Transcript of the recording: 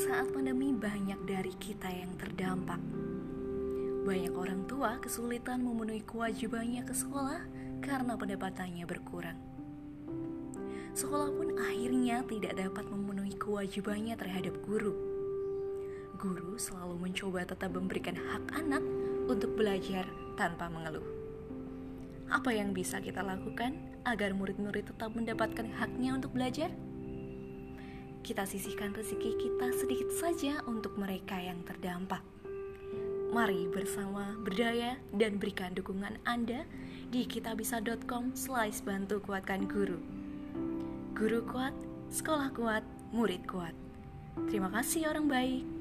Saat pandemi banyak dari kita yang terdampak. Banyak orang tua kesulitan memenuhi kewajibannya ke sekolah karena pendapatannya berkurang. Sekolah pun akhirnya tidak dapat memenuhi kewajibannya terhadap guru. Guru selalu mencoba tetap memberikan hak anak untuk belajar tanpa mengeluh. Apa yang bisa kita lakukan agar murid-murid tetap mendapatkan haknya untuk belajar? Kita sisihkan rezeki kita sedikit saja untuk mereka yang terdampak. Mari bersama berdaya dan berikan dukungan Anda di kitabisa.com/bantu kuatkan guru. Guru kuat, sekolah kuat, murid kuat. Terima kasih orang baik.